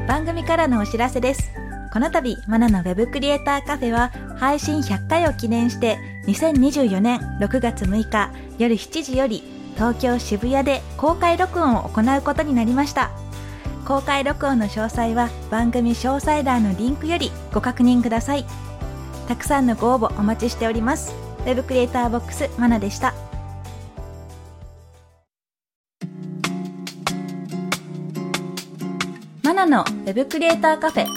番組からのお知らせです。この度マナのウェブクリエイターカフェは配信100回を記念して2024年6月6日夜7時より東京渋谷で公開録音を行うことになりました。公開録音の詳細は番組詳細欄のリンクよりご確認ください。たくさんのご応募お待ちしております。ウェブクリエイターボックスマナでした。マナのウェブクリエイターカフェ。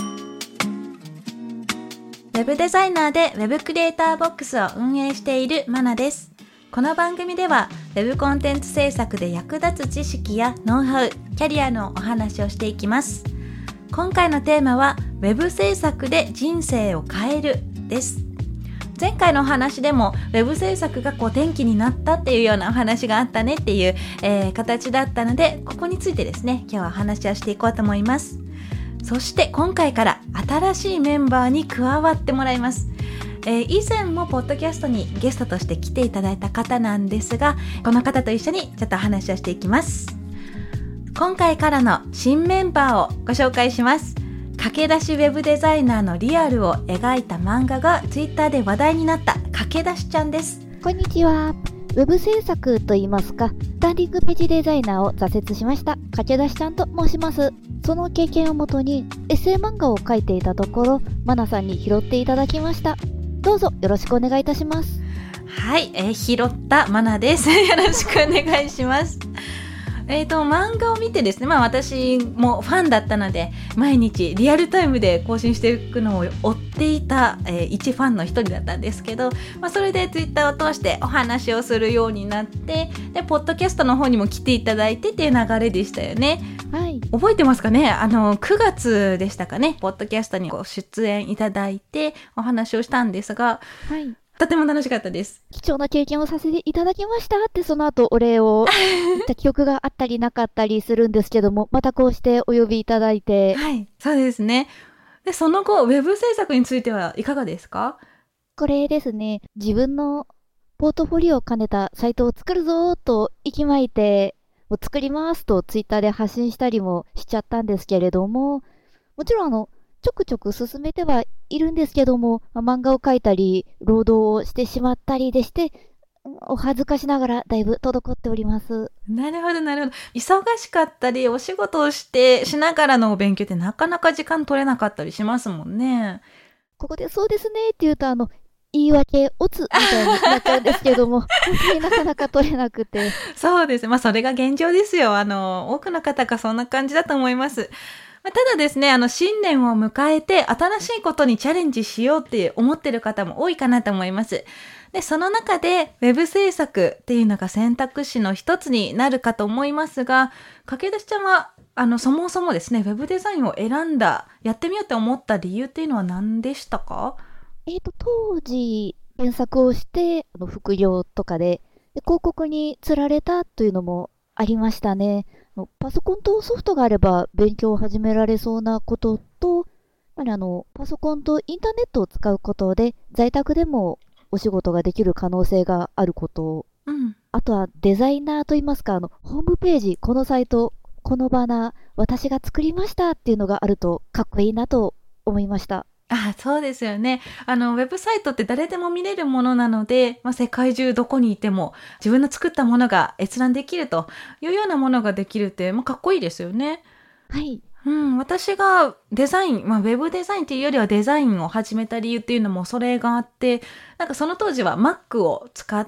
ウェブデザイナーでウェブクリエイターボックスを運営しているマナです。この番組ではウェブコンテンツ制作で役立つ知識やノウハウ、キャリアのお話をしていきます。今回のテーマはウェブ制作で人生を変えるです。前回のお話でもウェブ制作が転機になったっていうようなお話があったねっていう、形だったので、ここについてですね、今日はお話をしていこうと思います。そして今回から新しいメンバーに加わってもらいます。以前もポッドキャストにゲストとして来ていただいた方なんですが、この方と一緒にちょっとお話をしていきます。今回からの新メンバーをご紹介します。駆け出しウェブデザイナーのリアルを描いた漫画がツイッターで話題になった駆け出しちゃんです。 こんにちは。ウェブ制作といいますか、スタンディングページデザイナーを挫折しました駆け出しちゃんと申します。その経験をもとにエッセイ漫画を描いていたところ、マナさんに拾っていただきました。どうぞよろしくお願いいたします。 はい、拾ったマナです。よろしくお願いします。漫画を見てですね、私もファンだったので毎日リアルタイムで更新していくのを追っていた、一ファンの一人だったんですけど、それでツイッターを通してお話をするようになって、でポッドキャストの方にも来ていただいてっていう流れでしたよね。 はい、 覚えてますかね。9月でしたかね、ポッドキャストに出演いただいてお話をしたんですが、 はい、 とても楽しかったです。 貴重な経験をさせていただきましたってその後お礼を言った記憶があったりなかったりするんですけども、またこうしてお呼びいただいて、 はい、そうですね。でその後ウェブ制作についてはいかがですか？ これですね、自分のポートフォリオを兼ねたサイトを作るぞーと息巻いて作りますとツイッターで発信したりもしちゃったんですけれども、もちろんちょくちょく進めてはいるんですけども、漫画を描いたり労働をしてしまったりでして、お恥ずかしながらだいぶ滞っております。 なるほどなるほど。忙しかったりお仕事をしながらのお勉強ってなかなか時間取れなかったりしますもんね。 ここでそうですねって言うと言い訳オツみたいになっちゃうんですけども本当になかなか取れなくて。 そうです。それが現状ですよ。多くの方がそんな感じだと思います。ただですね、新年を迎えて新しいことにチャレンジしようって思ってる方も多いかなと思います。で、その中でウェブ制作っていうのが選択肢の一つになるかと思いますが、駆け出しちゃんはそもそもですね、ウェブデザインを選んだ、やってみようって思った理由っていうのは何でしたか？ 当時検索をして副業とかで広告に釣られたというのもありましたね。パソコンとソフトがあれば勉強を始められそうなことと、パソコンとインターネットを使うことで在宅でもお仕事ができる可能性があること、あとはデザイナーといいますか、ホームページ、このサイト、このバナー、私が作りましたっていうのがあるとかっこいいなと思いました。 そうですよね。ウェブサイトって誰でも見れるものなので、世界中どこにいても自分の作ったものが閲覧できるというようなものができるって、かっこいいですよね。 はい。 私がデザイン、ウェブデザインっていうよりはデザインを始めた理由っていうのもそれがあって、その当時は Mac を使って、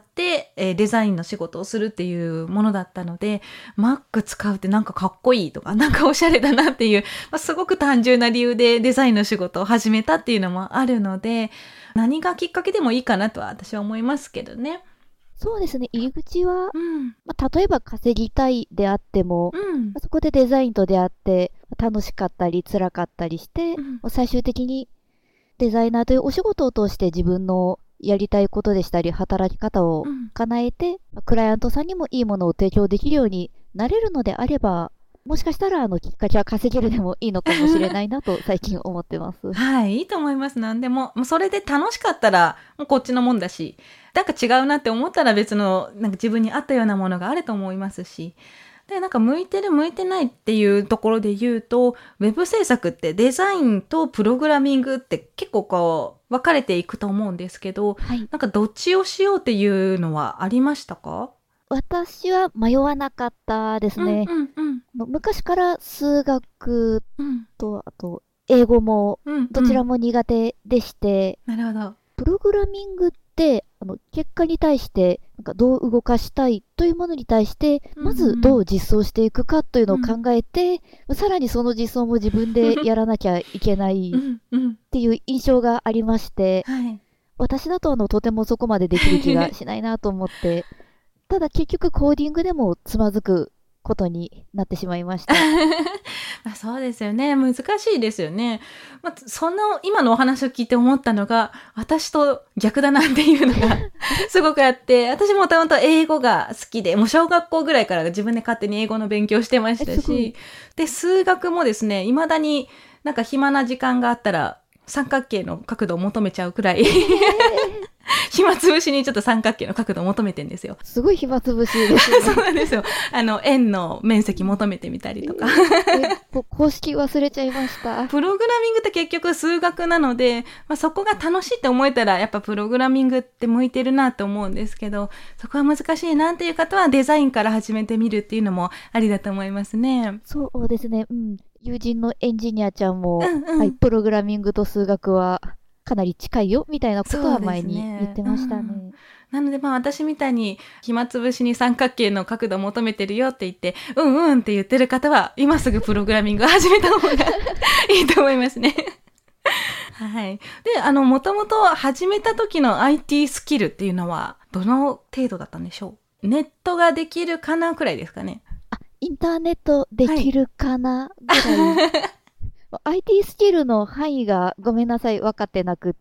デザインの仕事をするっていうものだったので、Mac 使うってかっこいいとか、おしゃれだなっていう、すごく単純な理由でデザインの仕事を始めたっていうのもあるので、何がきっかけでもいいかなとは私は思いますけどね。 そうですね、入り口は、例えば稼ぎたいであっても、そこでデザインと出会って楽しかったり辛かったりして、最終的にデザイナーというお仕事を通して自分のやりたいことでしたり働き方を叶えて、クライアントさんにもいいものを提供できるようになれるのであれば、もしかしたらきっかけは稼げるでもいいのかもしれないなと最近思ってます。 はい、いいと思います。何でも。それで楽しかったらもうこっちのもんだし、違うなって思ったら別の自分に合ったようなものがあると思いますし、 で、なんか向いてる向いてないっていうところで言うと、ウェブ制作ってデザインとプログラミングって結構こう分かれていくと思うんですけど、 はい。 なんかどっちをしようっていうのはありましたか？ 私は迷わなかったですね。昔から数学と、あと、英語も、どちらも苦手でして、 なるほど。 プログラミングって、結果に対して、なんかどう動かしたいというものに対して、まずどう実装していくかというのを考えて、さらにその実装も自分でやらなきゃいけないっていう印象がありまして、私だととてもそこまでできる気がしないなと思って、ただ結局コーディングでもつまずくことになってしまいました。 そうですよね。難しいですよね。今のお話を聞いて思ったのが、私と逆だなっていうのがすごくあって、私もともと英語が好きで、もう小学校ぐらいから自分で勝手に英語の勉強してましたし、で、数学もですね、未だになんか暇な時間があったら、三角形の角度を求めちゃうくらい暇つぶしにちょっと三角形の角度を求めてんですよ。 すごい暇つぶしですね。 そうなんですよ。円の面積求めてみたりとか。 公式忘れちゃいました。 プログラミングって結局数学なので、そこが楽しいって思えたらやっぱプログラミングって向いてるなって思うんですけど、そこは難しいなっていう方はデザインから始めてみるっていうのもありだと思いますね。 そうですね。友人のエンジニアちゃんも、プログラミングと数学はかなり近いよみたいなことは前に言ってましたね。 なので私みたいに暇つぶしに三角形の角度を求めてるよって言って、って言ってる方は今すぐプログラミングを始めた方がいいと思いますね。はい。で、もともと始めた時の IT スキルっていうのはどの程度だったんでしょう？ネットができるかなくらいですかね。 インターネットできるかなぐらい。IT スキルの範囲がごめんなさい分かってなくって、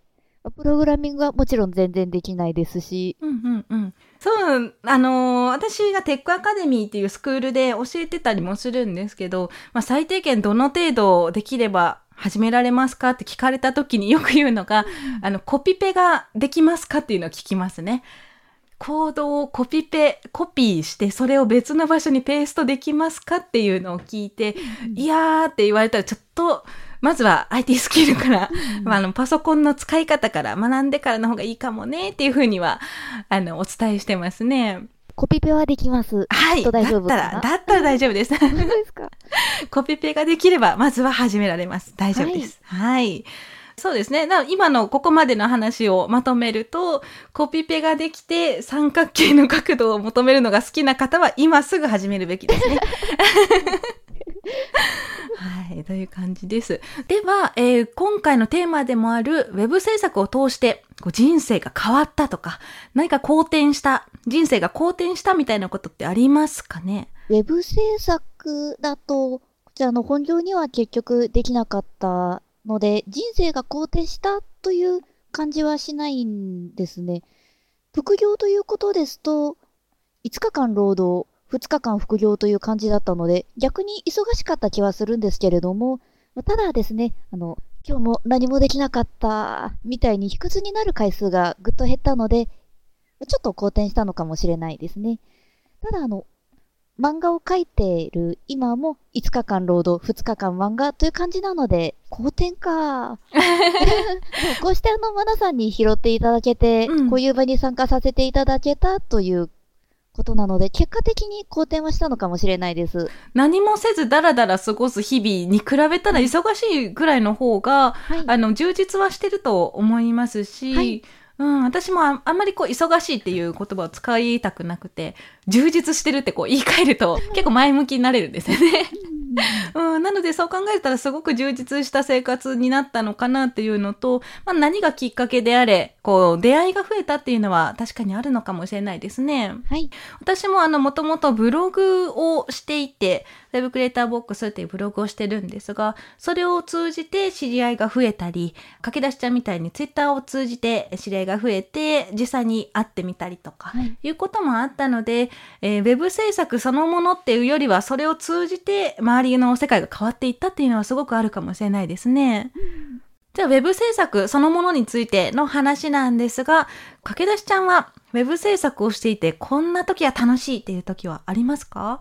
プログラミングはもちろん全然できないですし。 そう、私がテックアカデミーっていうスクールで教えてたりもするんですけど、最低限どの程度できれば始められますかって聞かれた時によく言うのが、コピペができますかっていうのを聞きますね。コードをコピーして、それを別の場所にペーストできますかっていうのを聞いて、いやーって言われたらちょっと、まずは IT スキルから、パソコンの使い方から学んでからの方がいいかもねっていうふうには、お伝えしてますね。 コピペはできます。 はい。 大丈夫かな？ だったら大丈夫です。 本当ですか？ コピペができれば、まずは始められます。大丈夫です。はい。そうですね。今のここまでの話をまとめると、コピペができて三角形の角度を求めるのが好きな方は今すぐ始めるべきですね。はい、という感じです。では、今回のテーマでもあるウェブ制作を通して人生が変わったとか、何か人生が好転したみたいなことってありますかね？ ウェブ制作だと、こちらの本業には結局できなかったので、人生が好転したという感じはしないんですね。副業ということですと、5日間労働、2日間副業という感じだったので、逆に忙しかった気はするんですけれども、ただですね、今日も何もできなかったみたいに卑屈になる回数がぐっと減ったので、ちょっと好転したのかもしれないですね。ただ漫画を描いている今も5日間労働、2日間漫画という感じなので、好転か。でもこうしてマナさんに拾っていただけて、こういう場に参加させていただけたということなので、結果的に好転はしたのかもしれないです。 何もせずダラダラ過ごす日々に比べたら忙しいぐらいの方が、充実はしてると思いますし、私もあんまり忙しいっていう言葉を使いたくなくて、充実してるって言い換えると結構前向きになれるんですよね。なのでそう考えたらすごく充実した生活になったのかなっていうのと、何がきっかけであれ、出会いが増えたっていうのは確かにあるのかもしれないですね。 はい。 私ももともとブログをしていて、ウェブクリエイターボックスっていうブログをしてるんですが、それを通じて知り合いが増えたり、駆け出しちゃんみたいにツイッターを通じて知り合いが増えて、実際に会ってみたりとか、いうこともあったので、ウェブ制作そのものっていうよりは、それを通じて周りの世界が変わっていったっていうのはすごくあるかもしれないですね。じゃあウェブ制作そのものについての話なんですが、駆け出しちゃんはウェブ制作をしていてこんな時は楽しいっていう時はありますか？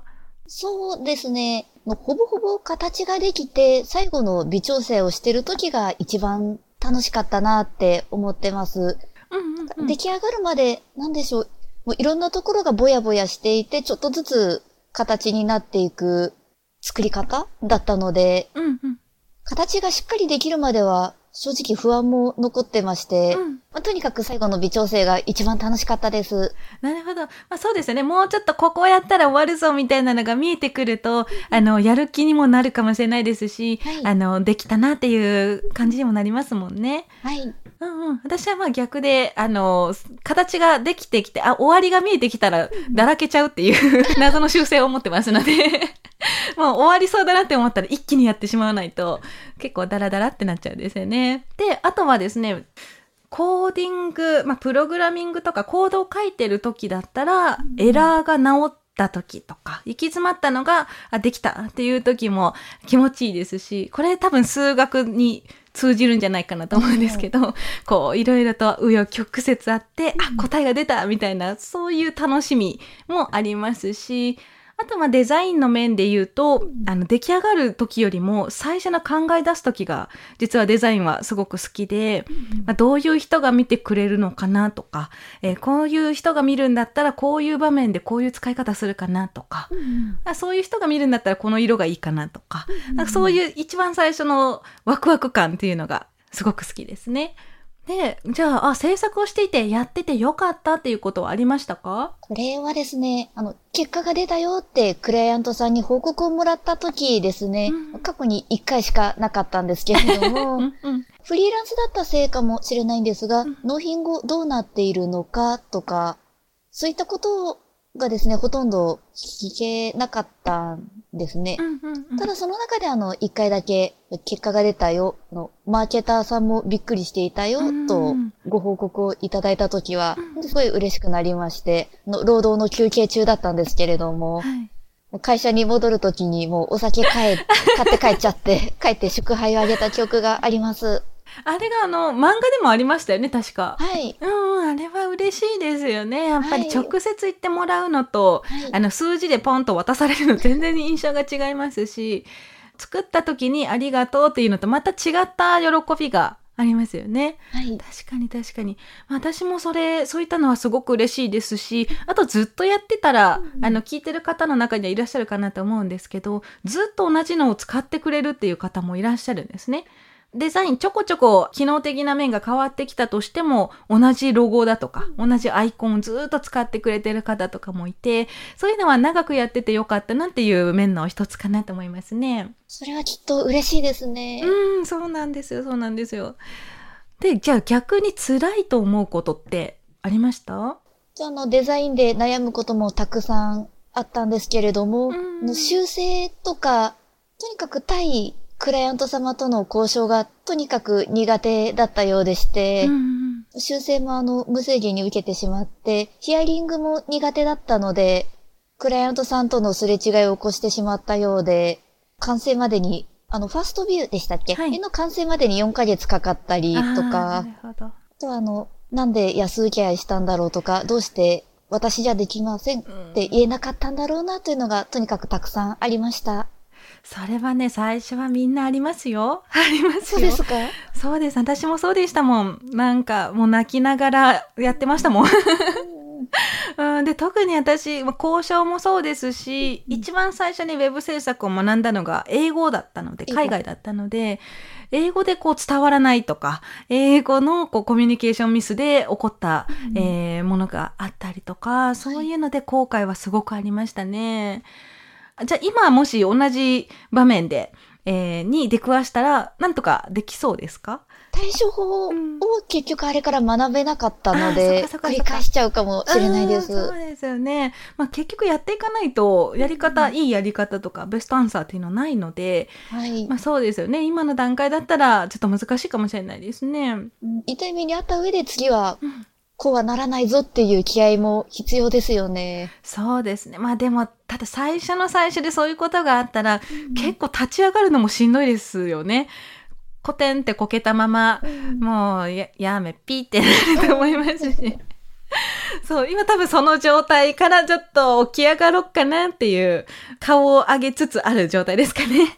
そうですね。ほぼほぼ形ができて、最後の微調整をしてる時が一番楽しかったなって思ってます。出来上がるまで、なんでしょう。もういろんなところがぼやぼやしていて、ちょっとずつ形になっていく作り方だったので、形がしっかりできるまでは、正直不安も残ってまして、とにかく最後の微調整が一番楽しかったです。 なるほど。そうですよね。もうちょっとここやったら終わるぞみたいなのが見えてくると、やる気にもなるかもしれないですし、はい、できたなっていう感じにもなりますもんね。 はい。 私は逆で、形ができてきて、終わりが見えてきたら、だらけちゃうっていう謎の習性を持ってますので、もう終わりそうだなって思ったら一気にやってしまわないと、結構ダラダラってなっちゃうんですよね。で、あとはですね、コーディング、プログラミングとかコードを書いてる時だったら、エラーが治った時とか、行き詰まったのが、できたっていう時も気持ちいいですし、これ多分数学に通じるんじゃないかなと思うんですけど、こう、いろいろと紆余曲折あって、答えが出たみたいな、そういう楽しみもありますし、あとデザインの面で言うと、出来上がる時よりも最初の考え出す時が、実はデザインはすごく好きで、どういう人が見てくれるのかなとか、こういう人が見るんだったらこういう場面でこういう使い方するかなとか、そういう人が見るんだったらこの色がいいかなとか、そういう一番最初のワクワク感っていうのがすごく好きですね。で、じゃあ、制作をしていてやっててよかったっていうことはありましたか？ これはですね、結果が出たよってクライアントさんに報告をもらった時ですね、過去に1回しかなかったんですけれども、フリーランスだったせいかもしれないんですが、納品後どうなっているのかとか、そういったことがですね、ほとんど聞けなかったんですね。ただその中で1回だけ結果が出たよ、マーケターさんもびっくりしていたよ、とご報告をいただいたときは、すごい嬉しくなりまして、労働の休憩中だったんですけれども、会社に戻るときにもうお酒買って帰っちゃって、帰って祝杯をあげた記憶があります。 あれが漫画でもありましたよね、確か。 はい。 あれは嬉しいですよね。やっぱり直接言ってもらうのと、数字でポンと渡されるの全然印象が違いますし、作った時にありがとうっていうのとまた違った喜びがありますよね。確かに。私もそういったのはすごく嬉しいですし、あとずっとやってたら、聞いてる方の中にはいらっしゃるかなと思うんですけど、ずっと同じのを使ってくれるっていう方もいらっしゃるんですね。デザインちょこちょこ機能的な面が変わってきたとしても、同じロゴだとか、同じアイコンをずっと使ってくれてる方とかもいて、そういうのは長くやっててよかったなっていう面の一つかなと思いますね。 それはきっと嬉しいですね。 そうなんですよ。で、じゃあ逆に辛いと思うことってありました？ デザインで悩むこともたくさんあったんですけれども、修正とか、とにかく対クライアント様との交渉がとにかく苦手だったようでして、修正も無制限に受けてしまって、ヒアリングも苦手だったので、クライアントさんとのすれ違いを起こしてしまったようで、完成までに、ファーストビューでしたっけ？絵の完成までに4ヶ月かかったりとか、あとはなんで安請け合いしたんだろうとか、どうして私じゃできませんって言えなかったんだろうなというのがとにかくたくさんありました。 それはね、最初はみんなありますよ。ありますよ。 そうですか？ そうです。私もそうでしたもん。なんか、もう泣きながらやってましたもん。で、特に私、交渉もそうですし、一番最初にウェブ制作を学んだのが英語だったので、海外だったので、英語で伝わらないとか、英語のコミュニケーションミスで起こった、ものがあったりとか、そういうので後悔はすごくありましたね。じゃあ今もし同じ場面で、に出くわしたらなんとかできそうですか？ 対処法を結局あれから学べなかったので、繰り返しちゃうかもしれないです。 そうですよね。結局やっていかないと、いいやり方とかベストアンサーっていうのはないので、そうですよね。今の段階だったらちょっと難しいかもしれないですね。 痛い目にあった上で次は、こうはならないぞっていう気合も必要ですよね。 そうですね。でも、ただ最初の最初でそういうことがあったら、結構立ち上がるのもしんどいですよね。コテンってこけたまま、もうやめピーってなると思いますし。 そう、今多分その状態からちょっと起き上がろっかなっていう顔を上げつつある状態ですかね。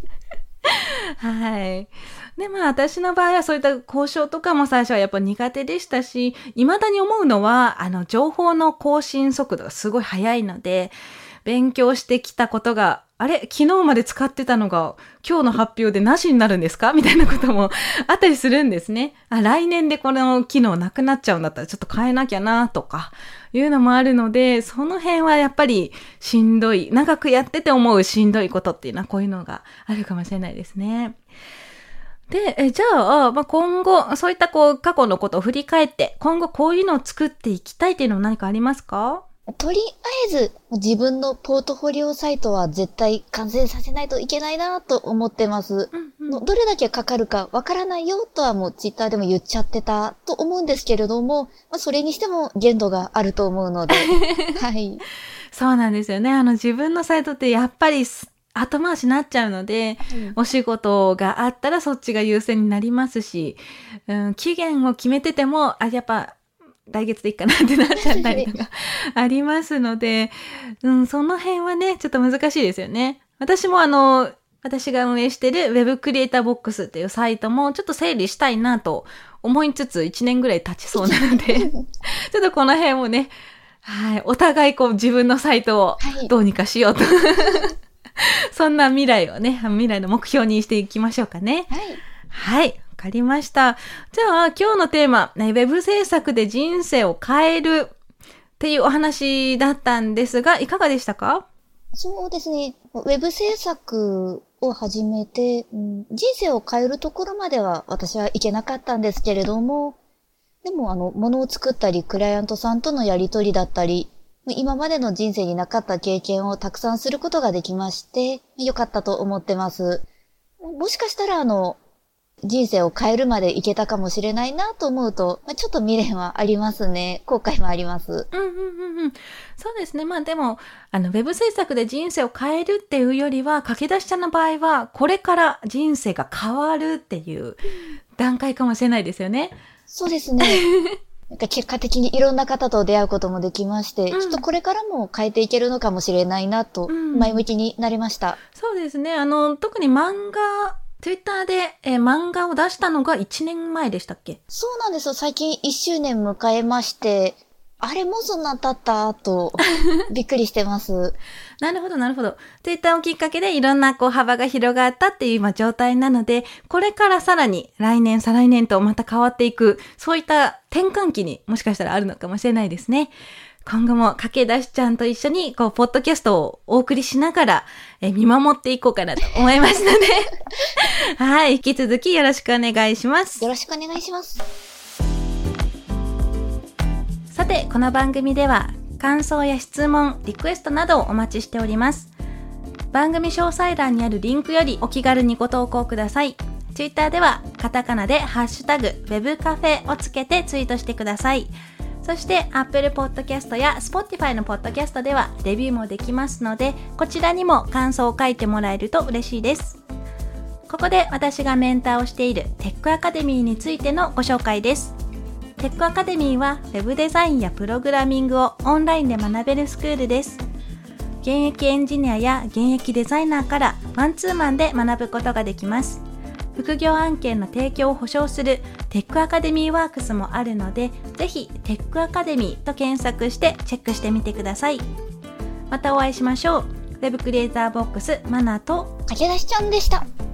はい。で、私の場合はそういった交渉とかも最初はやっぱ苦手でしたし、未だに思うのは、情報の更新速度がすごい速いので、勉強してきたことが、あれ昨日まで使ってたのが今日の発表でなしになるんですかみたいなこともあったりするんですね。来年でこの機能なくなっちゃうんだったらちょっと変えなきゃなとかいうのもあるので、その辺はやっぱりしんどい、長くやってて思うしんどいことっていうのはこういうのがあるかもしれないですね。で、じゃあ、今後、そういった過去のことを振り返って、今後こういうのを作っていきたいっていうのは何かありますか？ とりあえず、自分のポートフォリオサイトは絶対完成させないといけないなと思ってます。どれだけかかるかわからないよとはもうツイッターでも言っちゃってたと思うんですけれども、それにしても限度があると思うので。はい。 そうなんですよね。自分のサイトってやっぱり後回しになっちゃうので、お仕事があったらそっちが優先になりますし、期限を決めてても、やっぱ来月でいいかなってなっちゃったりとかありますので、その辺はね、ちょっと難しいですよね。私も私が運営してる Web クリエイターボックスっていうサイトもちょっと整理したいなと思いつつ1年ぐらい経ちそうなので、ちょっとこの辺もね、はい、お互い自分のサイトをどうにかしようと。そんな未来の目標にしていきましょうかね。はい。わかりました。じゃあ、今日のテーマ、ウェブ制作で人生を変えるっていうお話だったんですが、いかがでしたか？ そうですね。ウェブ制作を始めて、人生を変えるところまでは私はいけなかったんですけれども、でも物を作ったり、クライアントさんとのやりとりだったり、今までの人生になかった経験をたくさんすることができまして、良かったと思ってます。もしかしたら人生を変えるまでいけたかもしれないなと思うと、ちょっと未練はありますね。後悔もあります。 そうですね。でも、ウェブ制作で人生を変えるっていうよりは、駆け出しちゃんの場合は、これから人生が変わるっていう段階かもしれないですよね。 そうですね。結果的にいろんな方と出会うこともできまして、きっとこれからも変えていけるのかもしれないなと、前向きになりました。 そうですね。特にツイッターで、漫画を出したのが1年前でしたっけ？ そうなんですよ。最近1周年迎えまして、あれもそんな経ったと、びっくりしてます。 なるほど、なるほど。ツイッターをきっかけでいろんな幅が広がったっていう今状態なので、これからさらに来年、再来年とまた変わっていく、そういった転換期にもしかしたらあるのかもしれないですね。今後も駆け出しちゃんと一緒にポッドキャストをお送りしながら、見守っていこうかなと思いますので、はい、引き続きよろしくお願いします。 よろしくお願いします。 さて、この番組では感想や質問、リクエストなどをお待ちしております。番組詳細欄にあるリンクよりお気軽にご投稿ください。ツイッターではカタカナでハッシュタグ Web カフェをつけてツイートしてください。そして Apple Podcast や Spotify の Podcast ではレビューもできますので、こちらにも感想を書いてもらえると嬉しいです。ここで私がメンターをしているテックアカデミーについてのご紹介です。テックアカデミーは Web デザインやプログラミングをオンラインで学べるスクールです。現役エンジニアや現役デザイナーからマンツーマンで学ぶことができます。副業案件の提供を保証するテックアカデミーワークスもあるので、ぜひテックアカデミーと検索してチェックしてみてください。またお会いしましょう。Web クリエイターボックスマナと駆け出しちゃんでした。